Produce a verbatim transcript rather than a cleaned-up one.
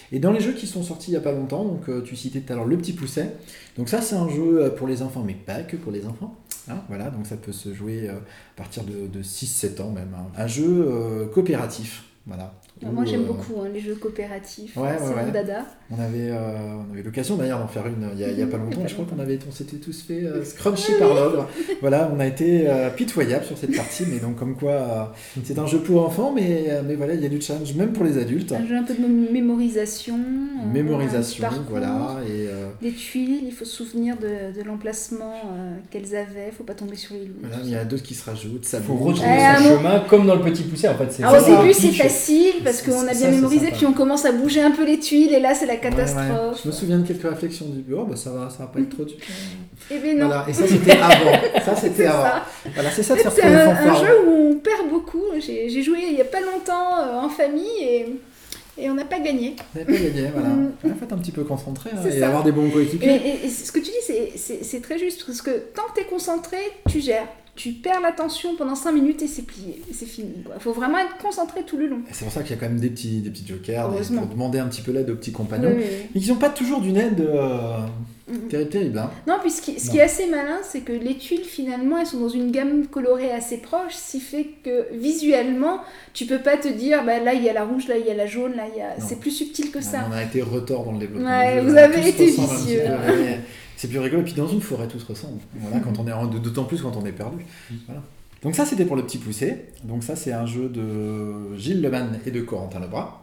Et dans les jeux qui sont sortis il n'y a pas longtemps, donc euh, tu citais tout à l'heure Le Petit Pousset. Donc ça c'est un jeu euh, pour les enfants, mais pas que pour les enfants. Hein, voilà, donc ça peut se jouer euh, à partir de, de six sept ans même. Hein. Un jeu euh, coopératif. Voilà. Alors Où, moi j'aime euh, beaucoup hein, les jeux coopératifs, Ouais, c'est ouais, mon ouais. dada. On avait, euh, on avait l'occasion d'ailleurs d'en faire une il n'y a, il y a pas Mmh, il y a longtemps, pas et je crois longtemps. qu'on avait, on s'était tous fait euh, scruncher par l'ogre. Voilà, on a été euh, pitoyable sur cette partie, mais donc comme quoi euh, c'est un jeu pour enfants, mais, euh, mais voilà, il y a du challenge même pour les adultes. Un jeu un peu de mé- mémorisation. euh, Mémorisation, un petit parcours, voilà, et euh, des tuiles, il faut se souvenir de, de l'emplacement euh, qu'elles avaient, il faut pas tomber sur les loups. voilà, tout il y ça. a d'autres qui se rajoutent, ça Il faut bouge. retrouver Eh, son un mot- chemin comme dans le Petit Pousset en fait. C'est Alors au vraiment un début c'est pitch. facile parce C'est- qu'on a ça, bien c'est mémorisé, sympa. puis on commence à bouger un peu les tuiles et là c'est la Ouais, ouais. catastrophe. Je me souviens de quelques réflexions du bureau, bah ça va, ça va pas être trop dur. Et bien non, Voilà, et ça c'était avant. Ça c'était c'est avant. ça. Voilà, c'est ça de faire C'est trop les un, un fanfares. jeu où on perd beaucoup. J'ai j'ai joué il y a pas longtemps euh, en famille et, et on n'a pas gagné. Vous n'avez pas gagné, voilà. Mm. Il faut être un petit peu concentré hein, C'est et ça. avoir des bons Et, coéquipiers. et- et ce que tu dis, c'est- c'est c'est très juste, parce que tant que tu es concentré, tu gères. Tu perds l'attention pendant cinq minutes et c'est plié, et c'est fini. Il faut vraiment être concentré tout le long. Et c'est pour ça qu'il y a quand même des petits, des petits jokers des- Heureusement. pour demander un petit peu l'aide aux petits compagnons. Oui, oui, oui. Mais qui n'ont pas toujours d'une aide euh, Mhm. terrible, terrible. Hein. Non, puis ce qui, ce Non. qui est assez malin, c'est que les tuiles, finalement, elles sont dans une gamme colorée assez proche, ce qui fait que visuellement, tu peux pas te dire, bah, là il y a la rouge, là il y a la jaune, là il y a... Non. C'est plus subtil que ça. On a été retors dans le développement. Ouais, du jeu, vous voilà, avez tous été ressemblent un petit vicieux. peu, ouais. C'est plus rigolo. Et puis dans une forêt, tout se ressemble. Voilà, quand on est, d'autant plus quand on est perdu. Voilà. Donc ça, c'était pour Le Petit Poussé. Donc ça, c'est un jeu de Gilles Lemann et de Corentin Lebras.